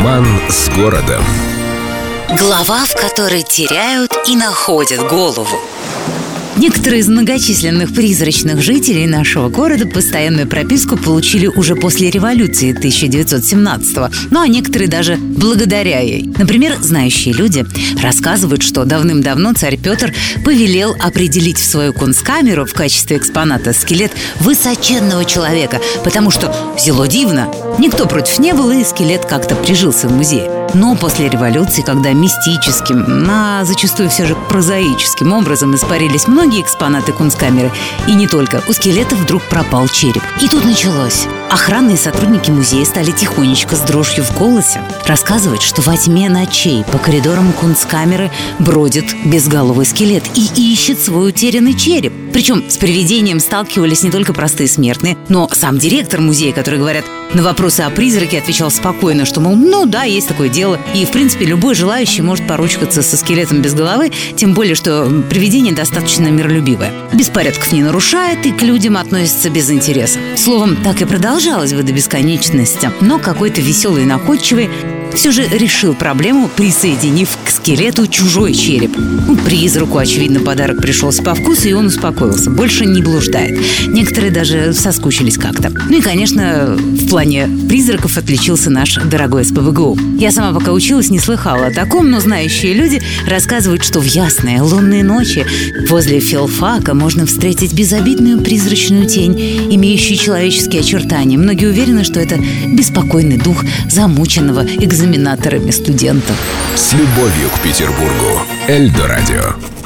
Роман с городом. Глава, в которой теряют и находят голову. Некоторые из многочисленных призрачных жителей нашего города постоянную прописку получили уже после революции 1917-го, ну а некоторые даже благодаря ей. Например, знающие люди рассказывают, что давным-давно царь Петр повелел определить в свою кунсткамеру в качестве экспоната скелет высоченного человека, потому что взяло дивно. Никто против не был, и скелет как-то прижился в музее. Но после революции, когда мистическим, а зачастую все же прозаическим образом испарились многие экспонаты кунсткамеры, и не только, у скелета вдруг пропал череп. И тут началось. Охранные сотрудники музея стали тихонечко с дрожью в голосе рассказывать, что во тьме ночей по коридорам кунсткамеры бродит безголовый скелет и ищет свой утерянный череп. Причем с привидением сталкивались не только простые смертные, но сам директор музея, который, говорят, на вопросы о призраке отвечал спокойно, что, мол, ну да, есть такое дело. И, в принципе, любой желающий может поручкаться со скелетом без головы, тем более, что привидение достаточно миролюбивое. Беспорядков не нарушает и к людям относится без интереса. Словом, так и продолжалось бы до бесконечности. Но какой-то веселый и находчивый все же решил проблему, присоединив к скелету чужой череп. Призраку, очевидно, подарок пришелся по вкусу, и он успокоился. Больше не блуждает. Некоторые даже соскучились как-то. Ну и, конечно, в плане призраков отличился наш дорогой СПбГУ. Я сама, пока училась, не слыхала о таком, но знающие люди рассказывают, что в ясные лунные ночи возле филфака можно встретить безобидную призрачную тень, имеющую человеческие очертания. Многие уверены, что это беспокойный дух замученного экзаменаторами студента. С любовью к Петербургу. Эльдо радио.